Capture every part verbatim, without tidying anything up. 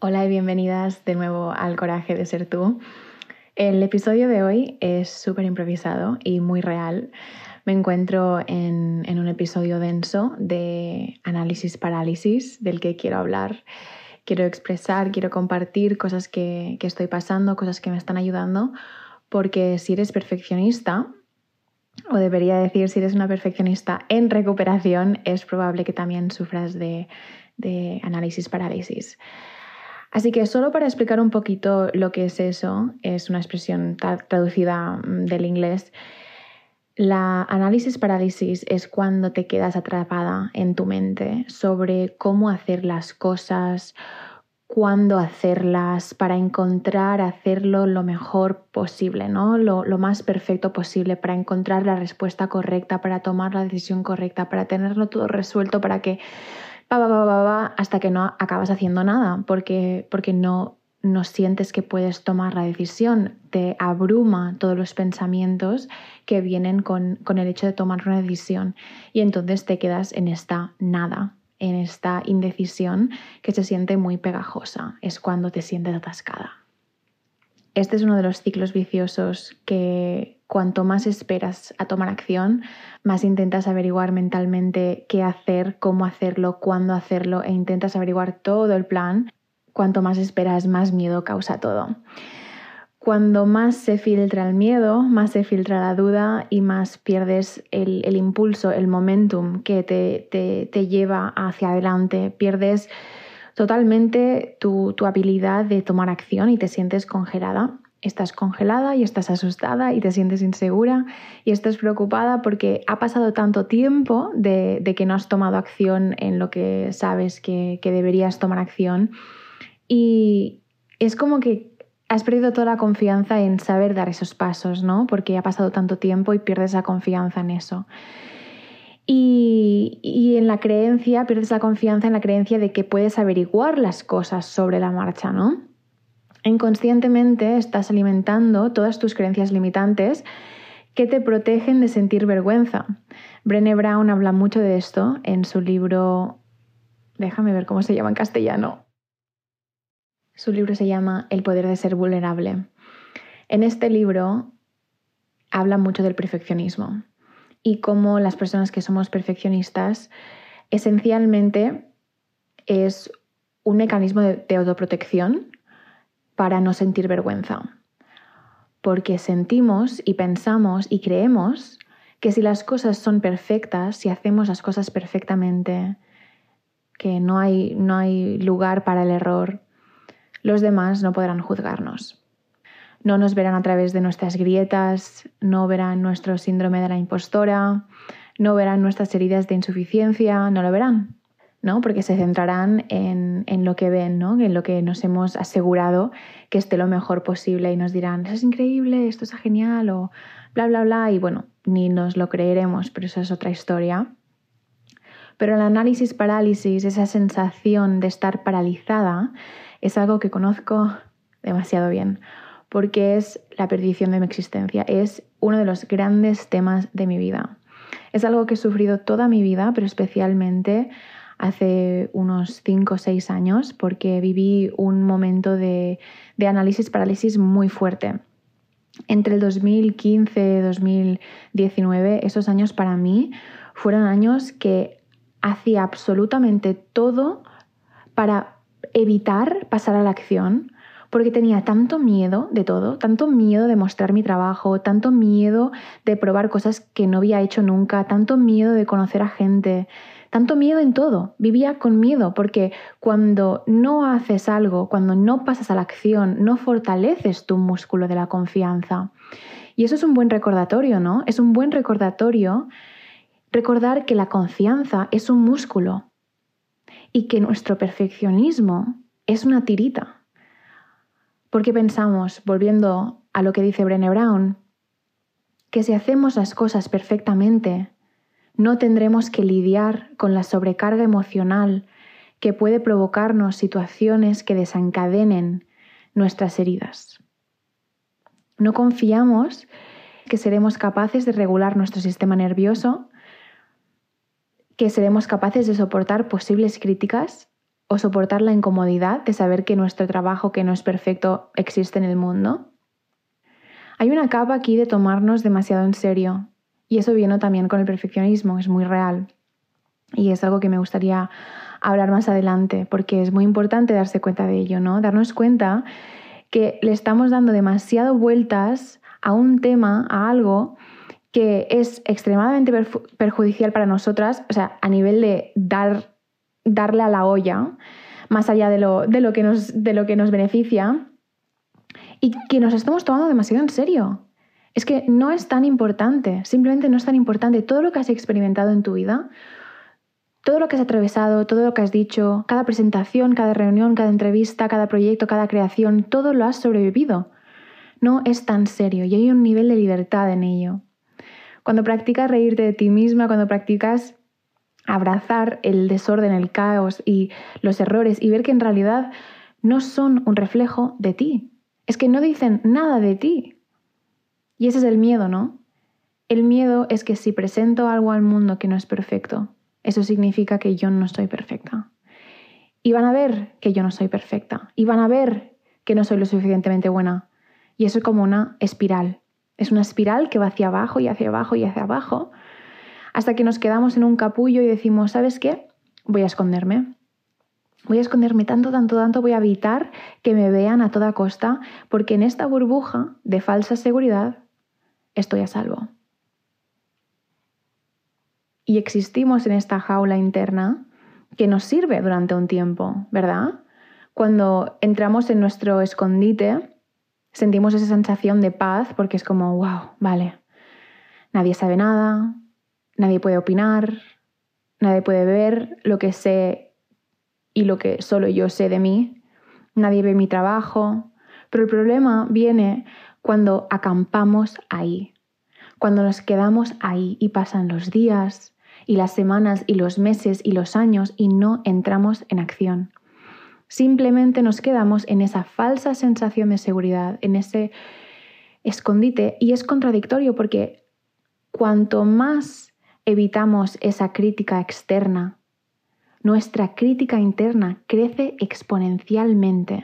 Hola y bienvenidas de nuevo al Coraje de Ser Tú. El episodio de hoy es súper improvisado y muy real. Me encuentro en, en un episodio denso de análisis parálisis del que quiero hablar. Quiero expresar, quiero compartir cosas que, que estoy pasando, cosas que me están ayudando, porque si eres perfeccionista, o debería decir si eres una perfeccionista en recuperación, es probable que también sufras de, de análisis parálisis. Así que solo para explicar un poquito lo que es eso, es una expresión tra- traducida del inglés. La análisis parálisis es cuando te quedas atrapada en tu mente sobre cómo hacer las cosas, cuándo hacerlas, para encontrar hacerlo lo mejor posible, ¿no? Lo, lo más perfecto posible, para encontrar la respuesta correcta, para tomar la decisión correcta, para tenerlo todo resuelto, para que va, va, va, va, va, hasta que no acabas haciendo nada, porque, porque no, no sientes que puedes tomar la decisión. Te abruma todos los pensamientos que vienen con, con el hecho de tomar una decisión y entonces te quedas en esta nada, en esta indecisión que se siente muy pegajosa. Es cuando te sientes atascada. Este es uno de los ciclos viciosos que cuanto más esperas a tomar acción, más intentas averiguar mentalmente qué hacer, cómo hacerlo, cuándo hacerlo e intentas averiguar todo el plan. Cuanto más esperas, más miedo causa todo. Cuando más se filtra el miedo, más se filtra la duda y más pierdes el, el impulso, el momentum que te, te, te lleva hacia adelante. Pierdes totalmente tu, tu habilidad de tomar acción y te sientes congelada. Estás congelada y estás asustada y te sientes insegura y estás preocupada porque ha pasado tanto tiempo de, de que no has tomado acción en lo que sabes que, que deberías tomar acción. Y es como que has perdido toda la confianza en saber dar esos pasos, ¿no? Porque ha pasado tanto tiempo y pierdes la confianza en eso. Y, y en la creencia, pierdes la confianza en la creencia de que puedes averiguar las cosas sobre la marcha, ¿no? Inconscientemente estás alimentando todas tus creencias limitantes que te protegen de sentir vergüenza. Brené Brown habla mucho de esto en su libro, déjame ver cómo se llama en castellano. Su libro se llama El poder de ser vulnerable. En este libro habla mucho del perfeccionismo y cómo las personas que somos perfeccionistas esencialmente es un mecanismo de, de autoprotección para no sentir vergüenza. Porque sentimos y pensamos y creemos que si las cosas son perfectas, si hacemos las cosas perfectamente, que no hay, no hay lugar para el error, los demás no podrán juzgarnos. No nos verán a través de nuestras grietas, no verán nuestro síndrome de la impostora, no verán nuestras heridas de insuficiencia, no lo verán, ¿no? Porque se centrarán en, en lo que ven, ¿no? En lo que nos hemos asegurado que esté lo mejor posible y nos dirán, eso es increíble, esto es genial o bla, bla, bla. Y bueno, ni nos lo creeremos, pero eso es otra historia. Pero el análisis parálisis, esa sensación de estar paralizada, es algo que conozco demasiado bien, porque es la perdición de mi existencia, es uno de los grandes temas de mi vida. Es algo que he sufrido toda mi vida, pero especialmente hace unos cinco o seis años, porque viví un momento de, de análisis parálisis muy fuerte. Entre el dos mil quince y dos mil diecinueve, esos años para mí fueron años que hacía absolutamente todo para evitar pasar a la acción, porque tenía tanto miedo de todo, tanto miedo de mostrar mi trabajo, tanto miedo de probar cosas que no había hecho nunca, tanto miedo de conocer a gente, tanto miedo en todo. Vivía con miedo porque cuando no haces algo, cuando no pasas a la acción, no fortaleces tu músculo de la confianza. Y eso es un buen recordatorio, ¿no? Es un buen recordatorio recordar que la confianza es un músculo y que nuestro perfeccionismo es una tirita. Porque pensamos, volviendo a lo que dice Brené Brown, que si hacemos las cosas perfectamente, no tendremos que lidiar con la sobrecarga emocional que puede provocarnos situaciones que desencadenen nuestras heridas. No confiamos que seremos capaces de regular nuestro sistema nervioso, que seremos capaces de soportar posibles críticas o soportar la incomodidad de saber que nuestro trabajo, que no es perfecto, existe en el mundo. Hay una capa aquí de tomarnos demasiado en serio, y eso viene también con el perfeccionismo, es muy real. Y es algo que me gustaría hablar más adelante, porque es muy importante darse cuenta de ello, ¿no? Darnos cuenta que le estamos dando demasiado vueltas a un tema, a algo que es extremadamente perjudicial para nosotras, o sea, a nivel de dar, darle a la olla, más allá de lo, de lo que nos, de lo que nos beneficia, y que nos estamos tomando demasiado en serio. Es que no es tan importante, simplemente no es tan importante. Todo lo que has experimentado en tu vida, todo lo que has atravesado, todo lo que has dicho, cada presentación, cada reunión, cada entrevista, cada proyecto, cada creación, todo lo has sobrevivido. No es tan serio y hay un nivel de libertad en ello. Cuando practicas reírte de ti misma, cuando practicas abrazar el desorden, el caos y los errores y ver que en realidad no son un reflejo de ti. Es que no dicen nada de ti. Y ese es el miedo, ¿no? El miedo es que si presento algo al mundo que no es perfecto, eso significa que yo no soy perfecta. Y van a ver que yo no soy perfecta. Y van a ver que no soy lo suficientemente buena. Y eso es como una espiral. Es una espiral que va hacia abajo y hacia abajo y hacia abajo, hasta que nos quedamos en un capullo y decimos, ¿sabes qué? Voy a esconderme. Voy a esconderme tanto, tanto, tanto, voy a evitar que me vean a toda costa, porque en esta burbuja de falsa seguridad estoy a salvo. Y existimos en esta jaula interna que nos sirve durante un tiempo, ¿verdad? Cuando entramos en nuestro escondite, sentimos esa sensación de paz porque es como, wow, vale, nadie sabe nada, nadie puede opinar, nadie puede ver lo que sé y lo que solo yo sé de mí, nadie ve mi trabajo, pero el problema viene cuando acampamos ahí, cuando nos quedamos ahí y pasan los días y las semanas y los meses y los años y no entramos en acción. Simplemente nos quedamos en esa falsa sensación de seguridad, en ese escondite, y es contradictorio porque cuanto más evitamos esa crítica externa, nuestra crítica interna crece exponencialmente.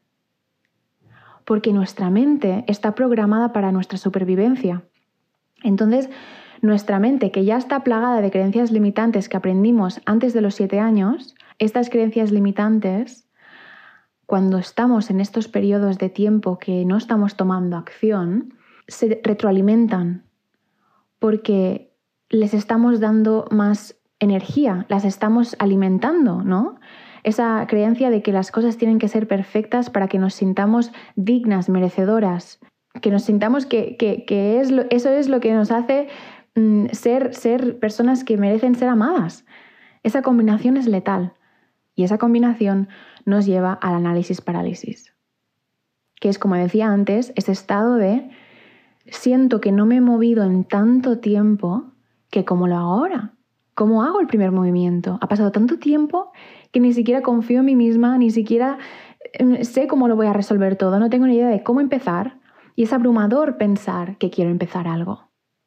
Porque nuestra mente está programada para nuestra supervivencia. Entonces, nuestra mente, que ya está plagada de creencias limitantes que aprendimos antes de los siete años, estas creencias limitantes, cuando estamos en estos periodos de tiempo que no estamos tomando acción, se retroalimentan porque les estamos dando más energía, las estamos alimentando, ¿no? Esa creencia de que las cosas tienen que ser perfectas para que nos sintamos dignas, merecedoras, que nos sintamos que, que, que es lo, eso es lo que nos hace mm, ser, ser personas que merecen ser amadas. Esa combinación es letal y esa combinación nos lleva al análisis parálisis, que es, como decía antes, ese estado de siento que no me he movido en tanto tiempo que ¿cómo lo hago ahora? ¿Cómo hago el primer movimiento? Ha pasado tanto tiempo que ni siquiera confío en mí misma, ni siquiera sé cómo lo voy a resolver todo, no tengo ni idea de cómo empezar y es abrumador pensar que quiero empezar algo.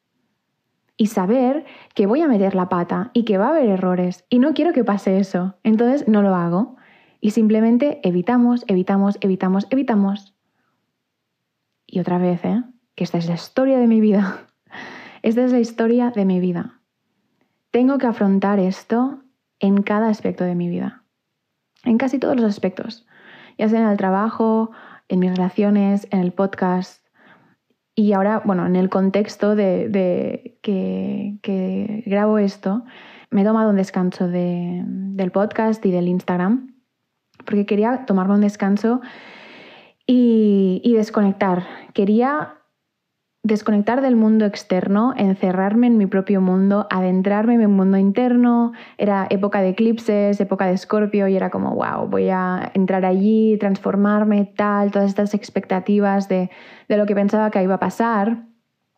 Y saber que voy a meter la pata y que va a haber errores y no quiero que pase eso, entonces no lo hago. Y simplemente evitamos, evitamos, evitamos, evitamos. Y otra vez, ¿eh? Que esta es la historia de mi vida. Esta es la historia de mi vida. Tengo que afrontar esto en cada aspecto de mi vida. En casi todos los aspectos. Ya sea en el trabajo, en mis relaciones, en el podcast. Y ahora, bueno, en el contexto de, de que, que grabo esto, me he tomado un descanso de, del podcast y del Instagram. Porque quería tomarme un descanso y, y desconectar. Quería desconectar del mundo externo, encerrarme en mi propio mundo, adentrarme en mi mundo interno. Era época de eclipses, época de Escorpio y era como, wow, voy a entrar allí, transformarme, tal, todas estas expectativas de, de lo que pensaba que iba a pasar.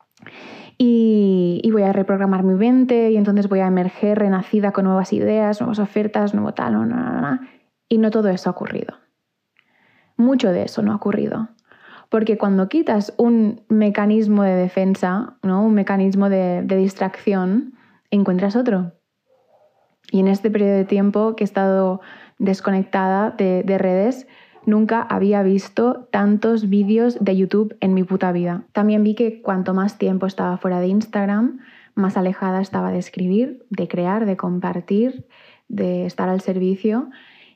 Y, y voy a reprogramar mi mente y entonces voy a emerger renacida con nuevas ideas, nuevas ofertas, nuevo tal, no, no, no, no. Y no todo eso ha ocurrido. Mucho de eso no ha ocurrido. Porque cuando quitas un mecanismo de defensa, ¿no? Un mecanismo de, de distracción, encuentras otro. Y en este periodo de tiempo que he estado desconectada de, de redes, nunca había visto tantos vídeos de YouTube en mi puta vida. También vi que cuanto más tiempo estaba fuera de Instagram, más alejada estaba de escribir, de crear, de compartir, de estar al servicio,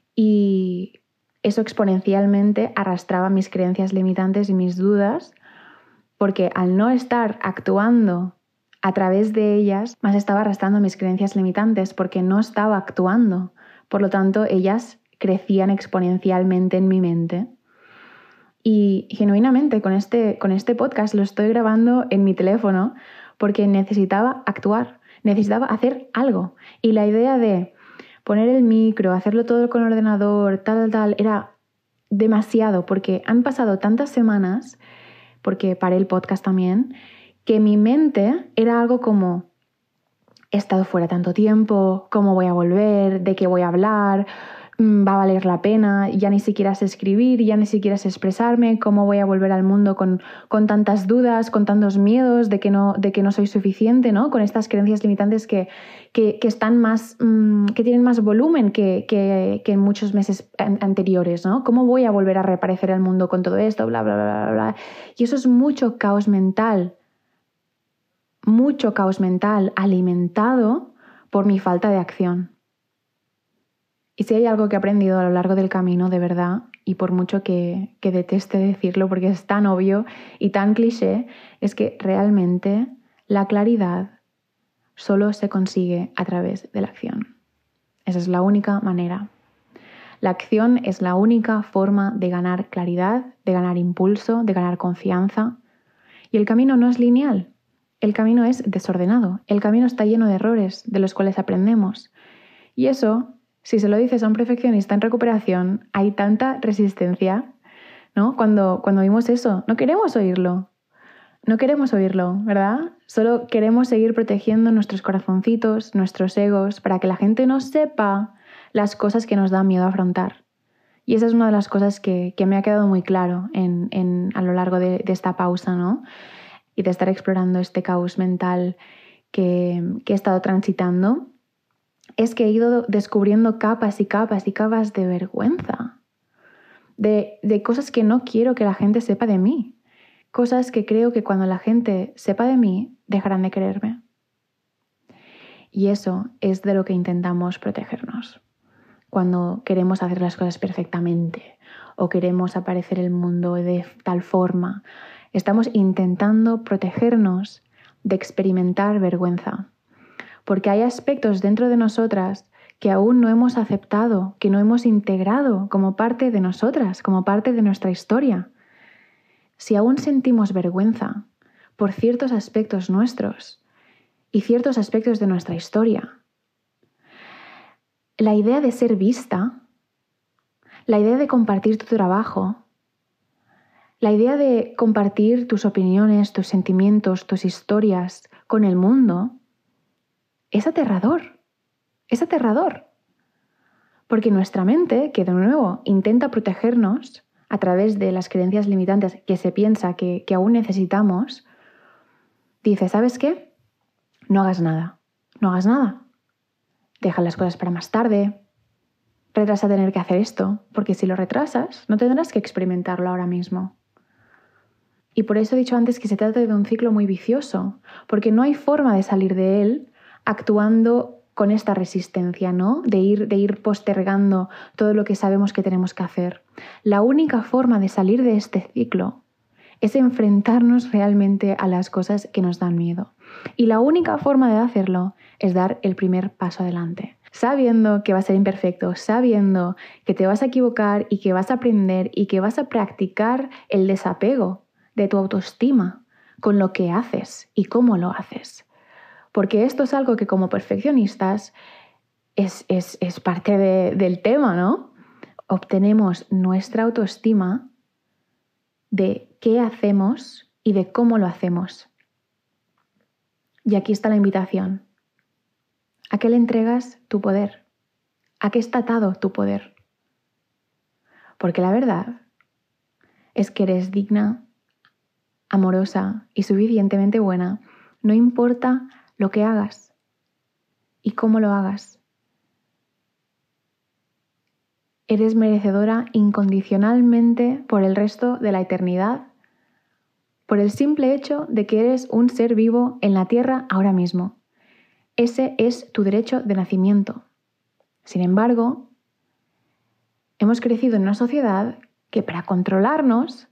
y eso exponencialmente arrastraba mis creencias limitantes y mis dudas, porque al no estar actuando a través de ellas, más estaba arrastrando mis creencias limitantes porque no estaba actuando. Por lo tanto, ellas crecían exponencialmente en mi mente. Y genuinamente con este, con este podcast lo estoy grabando en mi teléfono porque necesitaba actuar, necesitaba hacer algo. Y la idea de poner el micro, hacerlo todo con el ordenador, tal, tal, tal, era demasiado porque han pasado tantas semanas, porque paré el podcast también, que mi mente era algo como: he estado fuera tanto tiempo, ¿cómo voy a volver? ¿De qué voy a hablar? ¿Va a valer la pena? Ya ni siquiera sé escribir, ya ni siquiera sé expresarme. ¿Cómo voy a volver al mundo con, con tantas dudas, con tantos miedos de que no, de que no soy suficiente, ¿no? Con estas creencias limitantes que, que, que están más, mmm, que tienen más volumen que, que, que en muchos meses an- anteriores, ¿no? ¿Cómo voy a volver a reaparecer al mundo con todo esto? Bla, bla, bla, bla, bla. Y eso es mucho caos mental. Mucho caos mental alimentado por mi falta de acción. Y si hay algo que he aprendido a lo largo del camino, de verdad, y por mucho que, que deteste decirlo porque es tan obvio y tan cliché, es que realmente la claridad solo se consigue a través de la acción. Esa es la única manera. La acción es la única forma de ganar claridad, de ganar impulso, de ganar confianza. Y el camino no es lineal. El camino es desordenado, el camino está lleno de errores de los cuales aprendemos. Y eso, si se lo dices a un perfeccionista en recuperación, hay tanta resistencia, ¿no? Cuando, cuando oímos eso, no queremos oírlo. No queremos oírlo, ¿verdad? Solo queremos seguir protegiendo nuestros corazoncitos, nuestros egos, para que la gente no sepa las cosas que nos dan miedo a afrontar. Y esa es una de las cosas que, que me ha quedado muy claro en, en, a lo largo de, de esta pausa, ¿no? Y de estar explorando este caos mental que, que he estado transitando, es que he ido descubriendo capas y capas y capas de vergüenza, de, de cosas que no quiero que la gente sepa de mí, cosas que creo que cuando la gente sepa de mí, dejarán de quererme. Y eso es de lo que intentamos protegernos. Cuando queremos hacer las cosas perfectamente o queremos aparecer en el mundo de tal forma, estamos intentando protegernos de experimentar vergüenza. Porque hay aspectos dentro de nosotras que aún no hemos aceptado, que no hemos integrado como parte de nosotras, como parte de nuestra historia. Si aún sentimos vergüenza por ciertos aspectos nuestros y ciertos aspectos de nuestra historia, la idea de ser vista, la idea de compartir tu trabajo, la idea de compartir tus opiniones, tus sentimientos, tus historias con el mundo, es aterrador, es aterrador. Porque nuestra mente, que de nuevo intenta protegernos a través de las creencias limitantes que se piensa que, que aún necesitamos, dice: ¿sabes qué? No hagas nada, no hagas nada. Deja las cosas para más tarde, retrasa tener que hacer esto, porque si lo retrasas no tendrás que experimentarlo ahora mismo. Y por eso he dicho antes que se trata de un ciclo muy vicioso, porque no hay forma de salir de él actuando con esta resistencia, ¿no? De ir, de ir postergando todo lo que sabemos que tenemos que hacer. La única forma de salir de este ciclo es enfrentarnos realmente a las cosas que nos dan miedo. Y la única forma de hacerlo es dar el primer paso adelante. Sabiendo que va a ser imperfecto, sabiendo que te vas a equivocar y que vas a aprender y que vas a practicar el desapego de tu autoestima con lo que haces y cómo lo haces. Porque esto es algo que como perfeccionistas es, es, es parte de, del tema, ¿no? Obtenemos nuestra autoestima de qué hacemos y de cómo lo hacemos. Y aquí está la invitación. ¿A qué le entregas tu poder? ¿A qué está atado tu poder? Porque la verdad es que eres digna, amorosa y suficientemente buena, no importa lo que hagas y cómo lo hagas. eres merecedora incondicionalmente por el resto de la eternidad, por el simple hecho de que eres un ser vivo en la Tierra ahora mismo. Ese es tu derecho de nacimiento. Sin embargo, hemos crecido en una sociedad que para controlarnos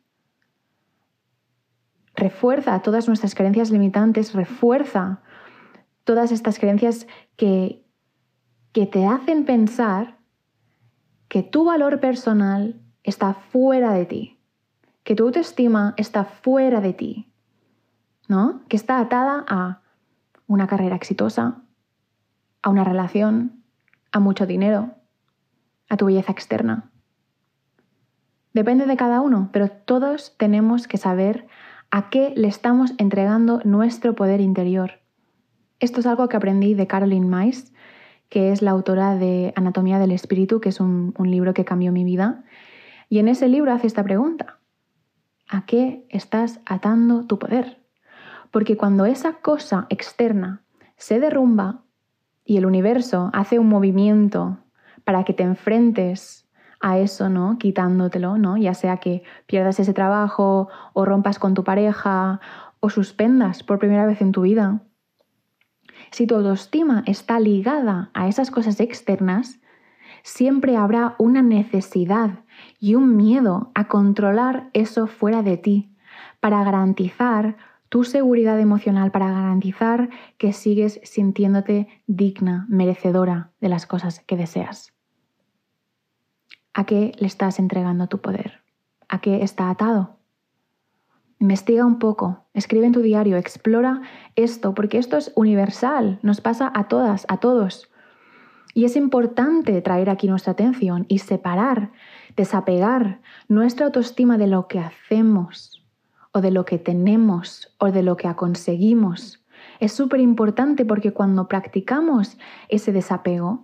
refuerza todas nuestras creencias limitantes, refuerza todas estas creencias que, que te hacen pensar que tu valor personal está fuera de ti, que tu autoestima está fuera de ti, ¿no? Que está atada a una carrera exitosa, a una relación, a mucho dinero, a tu belleza externa. Depende de cada uno, pero todos tenemos que saber a qué le estamos entregando nuestro poder interior. Esto es algo que aprendí de Caroline Myss, que es la autora de Anatomía del Espíritu, que es un, un libro que cambió mi vida. Y en ese libro hace esta pregunta: ¿a qué estás atando tu poder? Porque cuando esa cosa externa se derrumba y el universo hace un movimiento para que te enfrentes a eso, ¿no? Quitándotelo, ¿no? Ya sea que pierdas ese trabajo o rompas con tu pareja o suspendas por primera vez en tu vida. Si tu autoestima está ligada a esas cosas externas, siempre habrá una necesidad y un miedo a controlar eso fuera de ti para garantizar tu seguridad emocional, para garantizar que sigues sintiéndote digna, merecedora de las cosas que deseas. ¿A qué le estás entregando tu poder? ¿A qué está atado? Investiga un poco, escribe en tu diario, explora esto, porque esto es universal, nos pasa a todas, a todos. Y es importante traer aquí nuestra atención y separar, desapegar nuestra autoestima de lo que hacemos, o de lo que tenemos, o de lo que conseguimos. Es súper importante porque cuando practicamos ese desapego,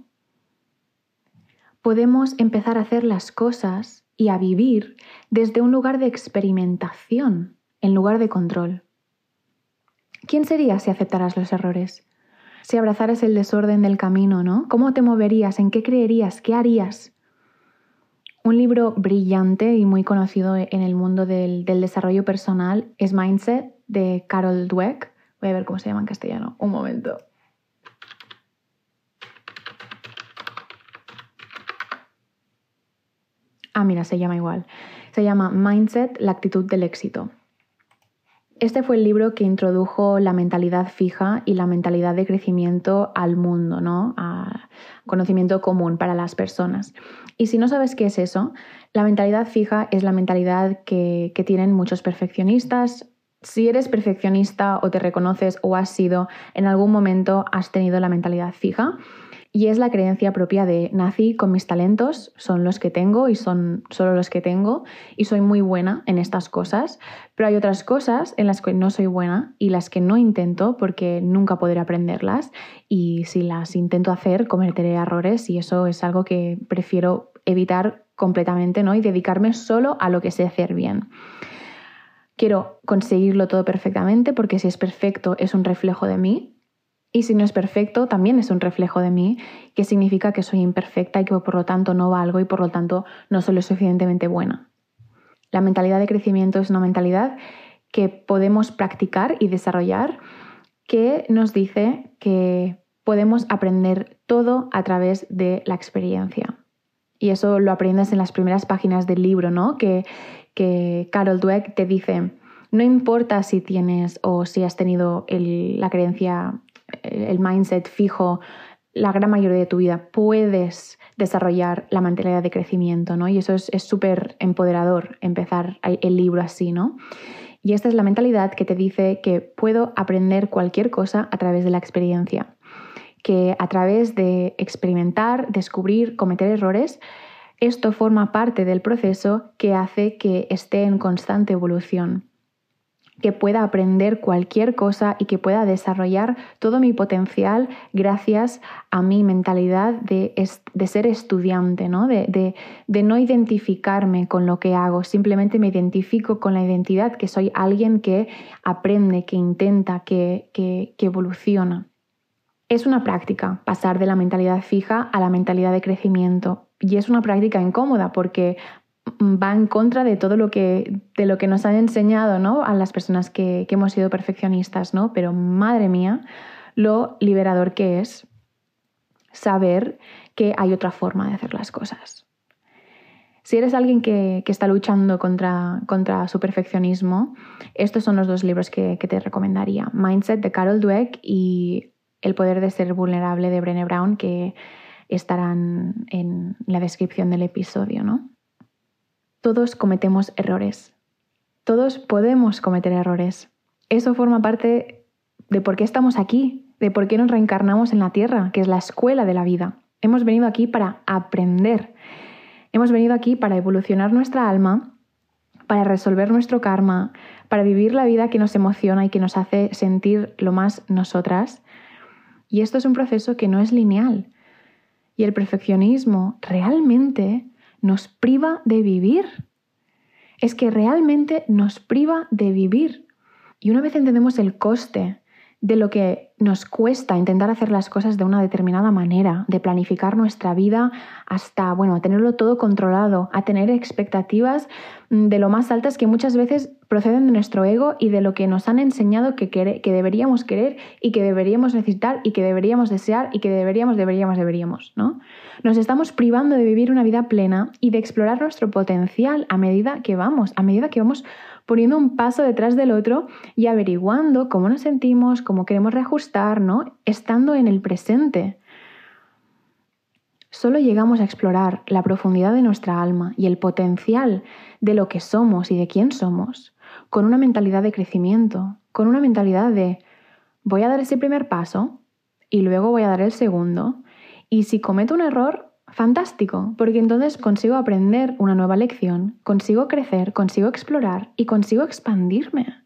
podemos empezar a hacer las cosas y a vivir desde un lugar de experimentación, en lugar de control. ¿Quién serías si aceptaras los errores? Si abrazaras el desorden del camino, ¿no? ¿Cómo te moverías? ¿En qué creerías? ¿Qué harías? Un libro brillante y muy conocido en el mundo del, del desarrollo personal es Mindset, de Carol Dweck. Voy a ver cómo se llama en castellano. Un momento. Ah, mira, se llama igual. Se llama Mindset, la actitud del éxito. Este fue el libro que introdujo la mentalidad fija y la mentalidad de crecimiento al mundo, ¿no? A conocimiento común para las personas. Y si no sabes qué es eso, la mentalidad fija es la mentalidad que, que tienen muchos perfeccionistas. Si eres perfeccionista o te reconoces o has sido, en algún momento has tenido la mentalidad fija. Y es la creencia propia de nací con mis talentos, son los que tengo y son solo los que tengo y soy muy buena en estas cosas, pero hay otras cosas en las que no soy buena y las que no intento porque nunca podré aprenderlas y si las intento hacer cometeré errores y eso es algo que prefiero evitar completamente, ¿no? Y dedicarme solo a lo que sé hacer bien. Quiero conseguirlo todo perfectamente porque si es perfecto es un reflejo de mí. Y si no es perfecto, también es un reflejo de mí, que significa que soy imperfecta y que por lo tanto no valgo y por lo tanto no soy lo suficientemente buena. La mentalidad de crecimiento es una mentalidad que podemos practicar y desarrollar, que nos dice que podemos aprender todo a través de la experiencia. Y eso lo aprendes en las primeras páginas del libro, ¿no? Que, que Carol Dweck te dice, no importa si tienes o si has tenido el, la creencia, el mindset fijo la gran mayoría de tu vida, puedes desarrollar la mentalidad de crecimiento, ¿no? Y eso es súper empoderador, empezar el libro así, ¿no? Y esta es la mentalidad que te dice que puedo aprender cualquier cosa a través de la experiencia, que a través de experimentar, descubrir, cometer errores, esto forma parte del proceso que hace que esté en constante evolución, que pueda aprender cualquier cosa y que pueda desarrollar todo mi potencial gracias a mi mentalidad de, de ser estudiante, ¿no? De, de, de no identificarme con lo que hago, simplemente me identifico con la identidad que soy alguien que aprende, que intenta, que, que, que evoluciona. Es una práctica pasar de la mentalidad fija a la mentalidad de crecimiento. y es una práctica incómoda porque va en contra de todo lo que, de lo que nos han enseñado, ¿no? A las personas que, que hemos sido perfeccionistas, ¿no? Pero madre mía, lo liberador que es saber que hay otra forma de hacer las cosas. Si eres alguien que, que está luchando contra, contra su perfeccionismo, estos son los dos libros que, que te recomendaría. Mindset de Carol Dweck y El poder de ser vulnerable de Brené Brown, que estarán en la descripción del episodio, ¿no? Todos cometemos errores. Todos podemos cometer errores. Eso forma parte de por qué estamos aquí, de por qué nos reencarnamos en la Tierra, que es la escuela de la vida. Hemos venido aquí para aprender. Hemos venido aquí para evolucionar nuestra alma, para resolver nuestro karma, para vivir la vida que nos emociona y que nos hace sentir lo más nosotras. Y esto es un proceso que no es lineal. Y el perfeccionismo realmente nos priva de vivir. Es que realmente nos priva de vivir. Y una vez entendemos el coste de lo que nos cuesta intentar hacer las cosas de una determinada manera, de planificar nuestra vida hasta, bueno, a tenerlo todo controlado, a tener expectativas de lo más altas que muchas veces proceden de nuestro ego y de lo que nos han enseñado que, quere- que deberíamos querer y que deberíamos necesitar y que deberíamos desear y que deberíamos, deberíamos, deberíamos, ¿no? Nos estamos privando de vivir una vida plena y de explorar nuestro potencial a medida que vamos, a medida que vamos poniendo un paso detrás del otro y averiguando cómo nos sentimos, cómo queremos reajustar, ¿no? Estando en el presente. Solo llegamos a explorar la profundidad de nuestra alma y el potencial de lo que somos y de quién somos con una mentalidad de crecimiento, con una mentalidad de voy a dar ese primer paso y luego voy a dar el segundo, y si cometo un error, fantástico, porque entonces consigo aprender una nueva lección, consigo crecer, consigo explorar y consigo expandirme.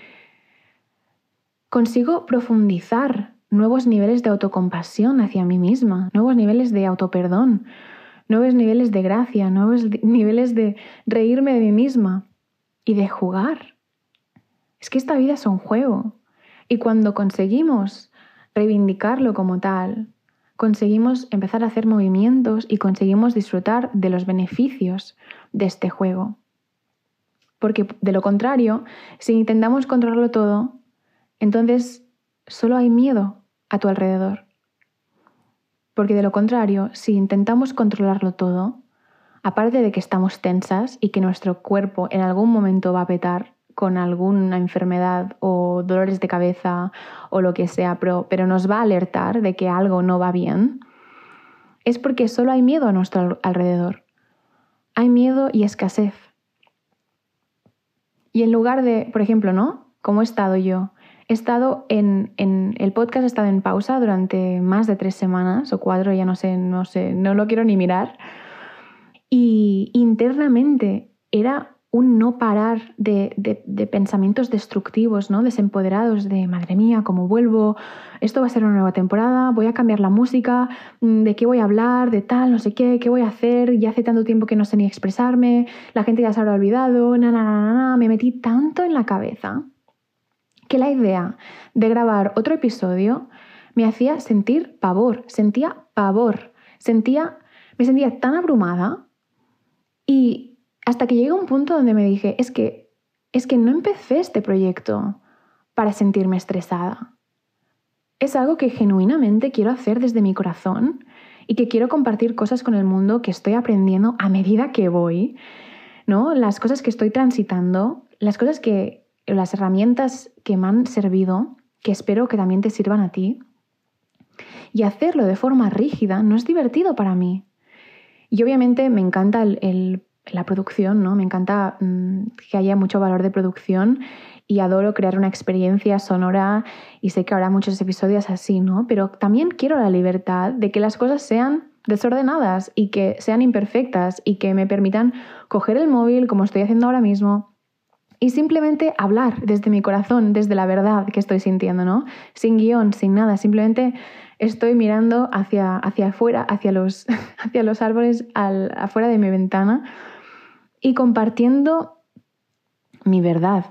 Consigo profundizar nuevos niveles de autocompasión hacia mí misma, nuevos niveles de autoperdón, nuevos niveles de gracia, nuevos niveles de reírme de mí misma y de jugar. Es que esta vida es un juego. Y cuando conseguimos reivindicarlo como tal, conseguimos empezar a hacer movimientos y conseguimos disfrutar de los beneficios de este juego. Porque de lo contrario, si intentamos controlarlo todo, entonces solo hay miedo a tu alrededor. Porque de lo contrario, si intentamos controlarlo todo, aparte de que estamos tensas y que nuestro cuerpo en algún momento va a petar con alguna enfermedad o dolores de cabeza o lo que sea, pero, pero nos va a alertar de que algo no va bien, es porque solo hay miedo a nuestro alrededor. Hay miedo y escasez. Y en lugar de, por ejemplo, ¿no? ¿Cómo he estado yo? He estado en, en... El podcast ha estado en pausa durante más de tres semanas o cuatro, ya no sé, no sé, no lo quiero ni mirar. Y internamente era un no parar de, de, de pensamientos destructivos, ¿no? Desempoderados de, madre mía, ¿cómo vuelvo? Esto va a ser una nueva temporada, voy a cambiar la música, ¿de qué voy a hablar? De tal, no sé qué, ¿qué voy a hacer? Ya hace tanto tiempo que no sé ni expresarme, la gente ya se habrá olvidado, na, na, na, na. Me metí tanto en la cabeza que la idea de grabar otro episodio me hacía sentir pavor, sentía pavor, sentía, me sentía tan abrumada. Y hasta que llegué a un punto donde me dije, es que, es que no empecé este proyecto para sentirme estresada. Es algo que genuinamente quiero hacer desde mi corazón y que quiero compartir cosas con el mundo que estoy aprendiendo a medida que voy, ¿no? Las cosas que estoy transitando, las cosas que, las herramientas que me han servido, que espero que también te sirvan a ti. Y hacerlo de forma rígida no es divertido para mí. Y obviamente me encanta el, el, la producción, ¿no? Me encanta mmm, que haya mucho valor de producción y adoro crear una experiencia sonora y sé que habrá muchos episodios así, ¿no? Pero también quiero la libertad de que las cosas sean desordenadas y que sean imperfectas y que me permitan coger el móvil como estoy haciendo ahora mismo y simplemente hablar desde mi corazón, desde la verdad que estoy sintiendo, ¿no? Sin guión, sin nada, simplemente estoy mirando hacia, hacia afuera, hacia los, hacia los árboles al, afuera de mi ventana y compartiendo mi verdad.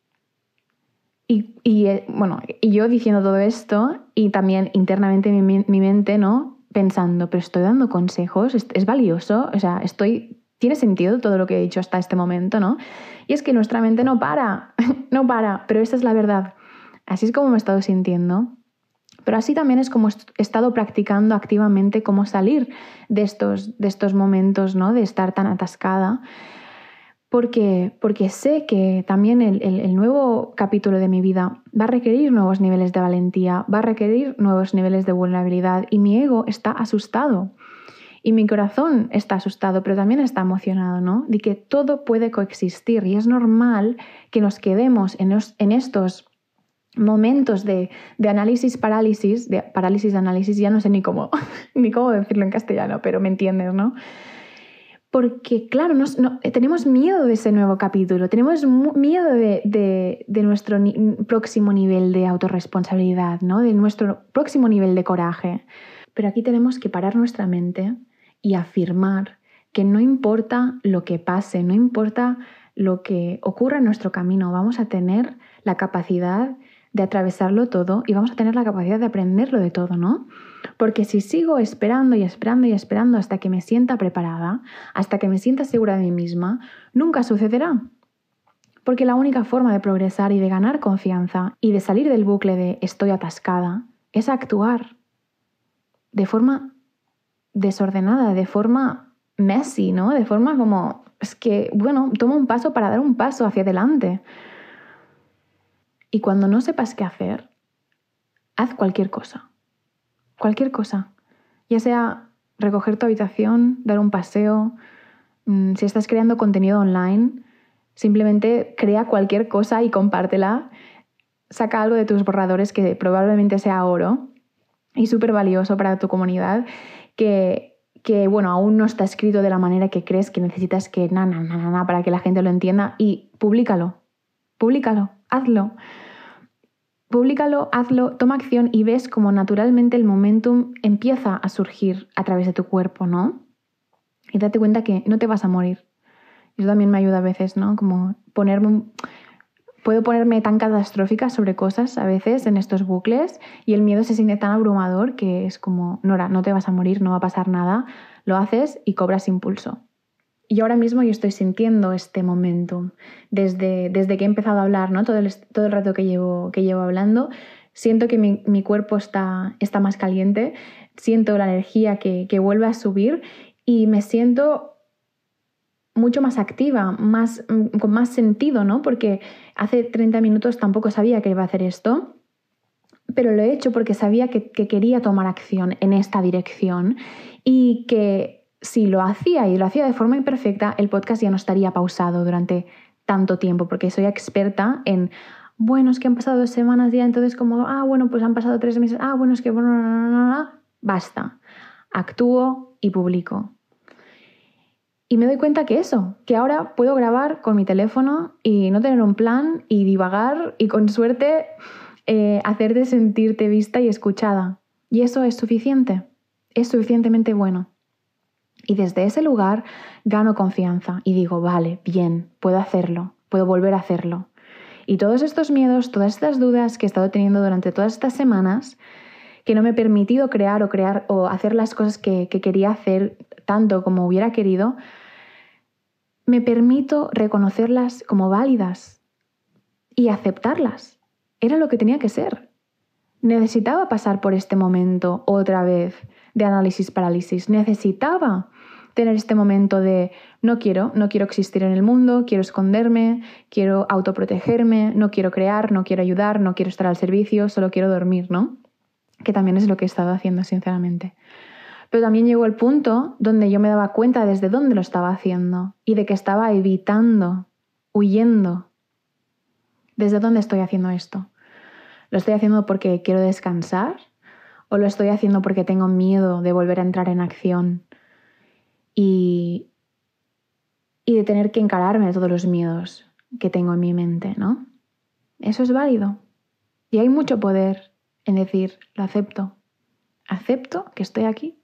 Y, y, bueno, y yo diciendo todo esto y también internamente mi, mi mente, ¿no? pensando, pero estoy dando consejos, es, es valioso, o sea, estoy, tiene sentido todo lo que he dicho hasta este momento, ¿no? Y es que nuestra mente no para, no para, pero esa es la verdad. Así es como me he estado sintiendo. Pero así también es como he estado practicando activamente cómo salir de estos, de estos momentos, ¿no? De estar tan atascada. Porque, porque sé que también el, el, el nuevo capítulo de mi vida va a requerir nuevos niveles de valentía, va a requerir nuevos niveles de vulnerabilidad y mi ego está asustado. Y mi corazón está asustado, pero también está emocionado, ¿no? De que todo puede coexistir y es normal que nos quedemos en, los, en estos momentos de, de análisis parálisis, de parálisis de análisis, ya no sé ni cómo, ni cómo decirlo en castellano, pero me entiendes, ¿no? Porque, claro, nos, no, tenemos miedo de ese nuevo capítulo, tenemos miedo de, de, de nuestro ni, próximo nivel de autorresponsabilidad, ¿no? De nuestro próximo nivel de coraje. Pero aquí tenemos que parar nuestra mente y afirmar que no importa lo que pase, no importa lo que ocurra en nuestro camino, vamos a tener la capacidad de atravesarlo todo y vamos a tener la capacidad de aprenderlo de todo, ¿no? Porque si sigo esperando y esperando y esperando hasta que me sienta preparada, hasta que me sienta segura de mí misma, nunca sucederá. Porque la única forma de progresar y de ganar confianza y de salir del bucle de estoy atascada es actuar de forma desordenada, de forma messy, ¿no? De forma como, es que, bueno, toma un paso para dar un paso hacia adelante. Y cuando no sepas qué hacer, haz cualquier cosa. Cualquier cosa. Ya sea recoger tu habitación, dar un paseo, mmm, si estás creando contenido online, simplemente crea cualquier cosa y compártela. Saca algo de tus borradores que probablemente sea oro y súper valioso para tu comunidad, que, que bueno, aún no está escrito de la manera que crees que necesitas que na, na, na, na, para que la gente lo entienda, y públicalo. Públicalo. Hazlo. Públicalo, hazlo, toma acción y ves como naturalmente el momentum empieza a surgir a través de tu cuerpo, ¿no? Y date cuenta que no te vas a morir. Eso también me ayuda a veces, ¿no? Como ponerme... Puedo ponerme tan catastrófica sobre cosas a veces en estos bucles y el miedo se siente tan abrumador que es como, Nora, no te vas a morir, no va a pasar nada. Lo haces y cobras impulso. Y ahora mismo yo estoy sintiendo este momentum. Desde, desde que he empezado a hablar, ¿no? Todo el, todo el rato que llevo, que llevo hablando, siento que mi, mi cuerpo está, está más caliente, siento la energía que, que vuelve a subir y me siento mucho más activa, más, con más sentido, ¿no? Porque hace treinta minutos tampoco sabía que iba a hacer esto, pero lo he hecho porque sabía que, que quería tomar acción en esta dirección y que si lo hacía y lo hacía de forma imperfecta, el podcast ya no estaría pausado durante tanto tiempo, porque soy experta en, bueno, es que han pasado dos semanas ya, entonces como, ah, bueno, pues han pasado tres meses, ah, bueno, es que, bueno, no, no, no, no, basta. Actúo y publico. Y me doy cuenta que eso, que ahora puedo grabar con mi teléfono y no tener un plan y divagar y con suerte eh, hacerte sentirte vista y escuchada. Y eso es suficiente, es suficientemente bueno. Y desde ese lugar gano confianza y digo, vale, bien, puedo hacerlo, puedo volver a hacerlo. Y todos estos miedos, todas estas dudas que he estado teniendo durante todas estas semanas, que no me he permitido crear o crear o hacer las cosas que, que quería hacer tanto como hubiera querido, me permito reconocerlas como válidas y aceptarlas. Era lo que tenía que ser. Necesitaba pasar por este momento otra vez de análisis parálisis. Necesitaba tener este momento de no quiero, no quiero existir en el mundo, quiero esconderme, quiero autoprotegerme, no quiero crear, no quiero ayudar, no quiero estar al servicio, solo quiero dormir, ¿no? Que también es lo que he estado haciendo, sinceramente. Pero también llegó el punto donde yo me daba cuenta desde dónde lo estaba haciendo y de que estaba evitando, huyendo. ¿Desde dónde estoy haciendo esto? ¿Lo estoy haciendo porque quiero descansar? ¿O lo estoy haciendo porque tengo miedo de volver a entrar en acción y, y de tener que encararme de todos los miedos que tengo en mi mente, ¿no? Eso es válido. Y hay mucho poder en decir, lo acepto. Acepto que estoy aquí.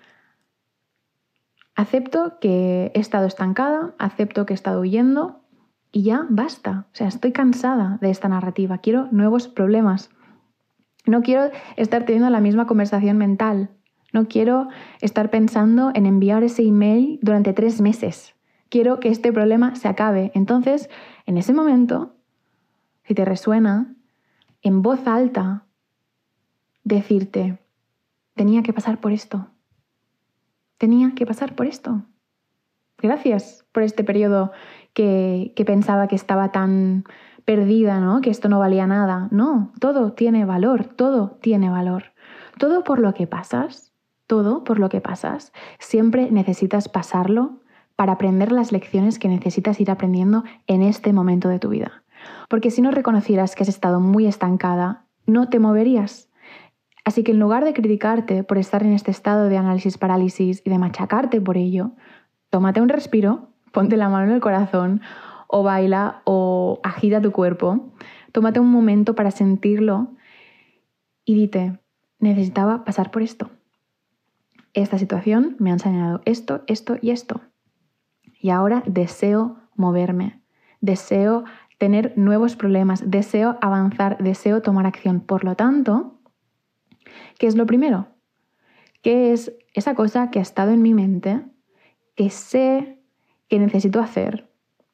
Acepto que he estado estancada, acepto que he estado huyendo y ya basta. O sea, estoy cansada de esta narrativa. Quiero nuevos problemas. No quiero estar teniendo la misma conversación mental. No quiero estar pensando en enviar ese email durante tres meses. Quiero que este problema se acabe. Entonces, en ese momento, si te resuena, en voz alta, decirte, tenía que pasar por esto. Tenía que pasar por esto. Gracias por este periodo que, que pensaba que estaba tan perdida, ¿no? Que esto no valía nada. No, todo tiene valor, todo tiene valor. Todo por lo que pasas, todo por lo que pasas, siempre necesitas pasarlo para aprender las lecciones que necesitas ir aprendiendo en este momento de tu vida. Porque si no reconocieras que has estado muy estancada, no te moverías. Así que en lugar de criticarte por estar en este estado de análisis parálisis y de machacarte por ello, tómate un respiro, ponte la mano en el corazón o baila o agita tu cuerpo. Tómate un momento para sentirlo y dite, necesitaba pasar por esto. Esta situación me ha enseñado esto, esto y esto. Y ahora deseo moverme, deseo tener nuevos problemas, deseo avanzar, deseo tomar acción. Por lo tanto, ¿qué es lo primero? ¿Qué es esa cosa que ha estado en mi mente, que sé que necesito hacer,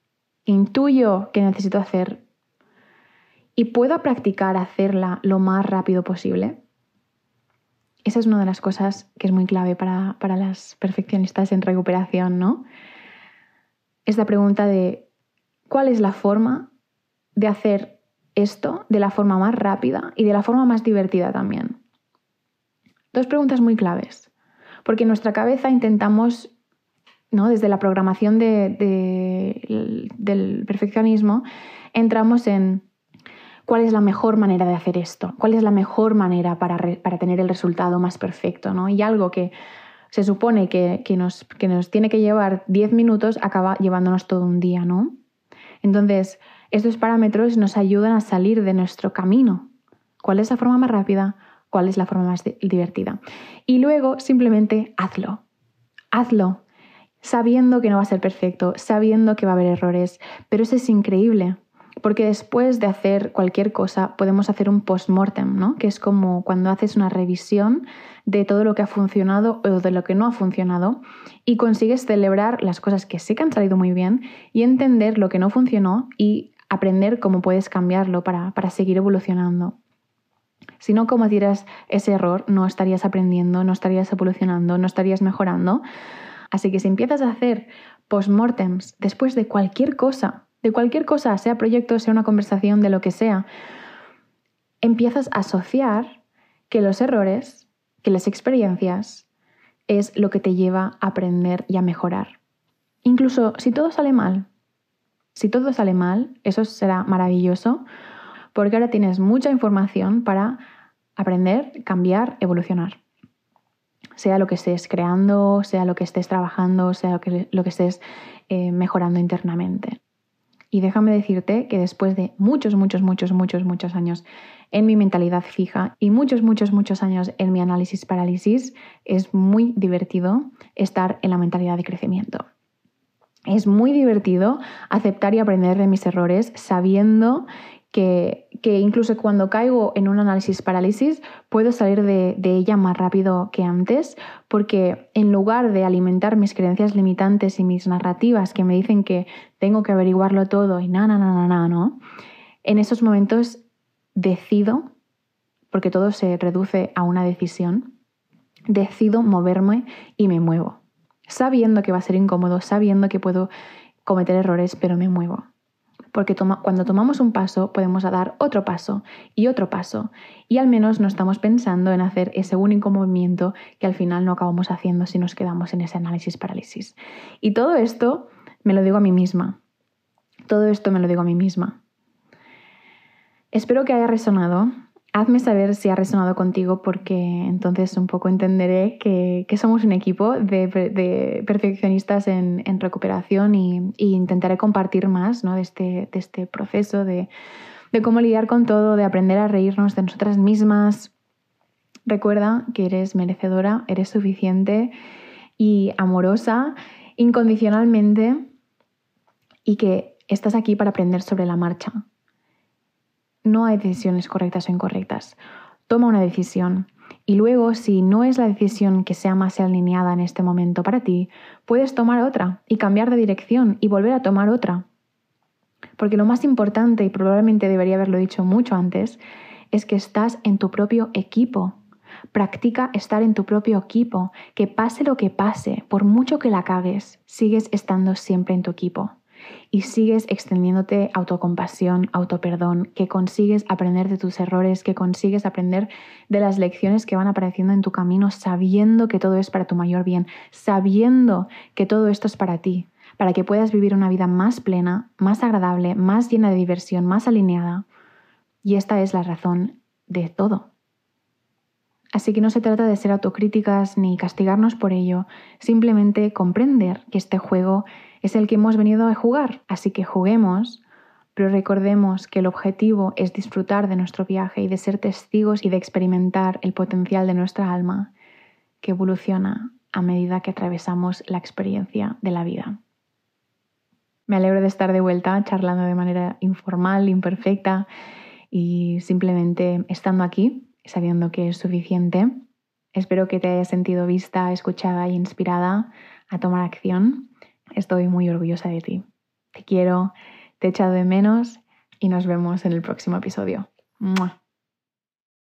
intuyo que necesito hacer y puedo practicar hacerla lo más rápido posible? Esa es una de las cosas que es muy clave para, para las perfeccionistas en recuperación, ¿no? Es la pregunta de ¿cuál es la forma de hacer esto de la forma más rápida y de la forma más divertida también? Dos preguntas muy claves, porque en nuestra cabeza intentamos, ¿no? Desde la programación de, de, del perfeccionismo, entramos en ¿cuál es la mejor manera de hacer esto? ¿Cuál es la mejor manera para, re, para tener el resultado más perfecto, ¿no? Y algo que se supone que, que, nos, que nos tiene que llevar diez minutos acaba llevándonos todo un día, ¿no? Entonces, estos parámetros nos ayudan a salir de nuestro camino. ¿Cuál es la forma más rápida? ¿Cuál es la forma más divertida? Y luego simplemente hazlo. Hazlo. Sabiendo que no va a ser perfecto, sabiendo que va a haber errores, pero eso es increíble. Porque después de hacer cualquier cosa podemos hacer un post-mortem, ¿no? Que es como cuando haces una revisión de todo lo que ha funcionado o de lo que no ha funcionado y consigues celebrar las cosas que sí que han salido muy bien y entender lo que no funcionó y aprender cómo puedes cambiarlo para, para seguir evolucionando. Si no cometieras ese error, no estarías aprendiendo, no estarías evolucionando, no estarías mejorando. Así que si empiezas a hacer post-mortems después de cualquier cosa, de cualquier cosa, sea proyecto, sea una conversación, de lo que sea, empiezas a asociar que los errores, que las experiencias, es lo que te lleva a aprender y a mejorar. Incluso si todo sale mal, si todo sale mal, eso será maravilloso, porque ahora tienes mucha información para aprender, cambiar, evolucionar. Sea lo que estés creando, sea lo que estés trabajando, sea lo que, lo que estés eh, mejorando internamente. Y déjame decirte que después de muchos, muchos, muchos, muchos, muchos años en mi mentalidad fija y muchos, muchos, muchos años en mi análisis parálisis, es muy divertido estar en la mentalidad de crecimiento. Es muy divertido aceptar y aprender de mis errores sabiendo que, que incluso cuando caigo en un análisis parálisis puedo salir de, de ella más rápido que antes, porque en lugar de alimentar mis creencias limitantes y mis narrativas que me dicen que tengo que averiguarlo todo y na, na, na, na, na, ¿no? En esos momentos decido, porque todo se reduce a una decisión, decido moverme y me muevo. Sabiendo que va a ser incómodo, sabiendo que puedo cometer errores, pero me muevo. Porque toma, cuando tomamos un paso podemos dar otro paso y otro paso y al menos no estamos pensando en hacer ese único movimiento que al final no acabamos haciendo si nos quedamos en ese análisis parálisis. Y todo esto me lo digo a mí misma. Todo esto me lo digo a mí misma. Espero que haya resonado. Hazme saber si ha resonado contigo porque entonces un poco entenderé que, que somos un equipo de, de perfeccionistas en, en recuperación y, y intentaré compartir más, ¿no? de, este, de este proceso de, de cómo lidiar con todo, de aprender a reírnos de nosotras mismas. Recuerda que eres merecedora, eres suficiente y amorosa incondicionalmente y que estás aquí para aprender sobre la marcha. No hay decisiones correctas o incorrectas. Toma una decisión Y luego, si no es la decisión que sea más alineada en este momento para ti, puedes tomar otra y cambiar de dirección y volver a tomar otra. Porque lo más importante, y probablemente debería haberlo dicho mucho antes, es que estás en tu propio equipo. Practica estar en tu propio equipo. Que pase lo que pase, por mucho que la cagues, sigues estando siempre en tu equipo. Y sigues extendiéndote autocompasión, autoperdón, que consigues aprender de tus errores, que consigues aprender de las lecciones que van apareciendo en tu camino, sabiendo que todo es para tu mayor bien, sabiendo que todo esto es para ti, para que puedas vivir una vida más plena, más agradable, más llena de diversión, más alineada. Y esta es la razón de todo. Así que no se trata de ser autocríticas ni castigarnos por ello, simplemente comprender que este juego es el que hemos venido a jugar, así que juguemos, pero recordemos que el objetivo es disfrutar de nuestro viaje y de ser testigos y de experimentar el potencial de nuestra alma, que evoluciona a medida que atravesamos la experiencia de la vida. Me alegro de estar de vuelta charlando de manera informal, imperfecta y simplemente estando aquí, sabiendo que es suficiente. Espero que te hayas sentido vista, escuchada e inspirada a tomar acción. Estoy muy orgullosa de ti. Te quiero, te he echado de menos y nos vemos en el próximo episodio. ¡Mua!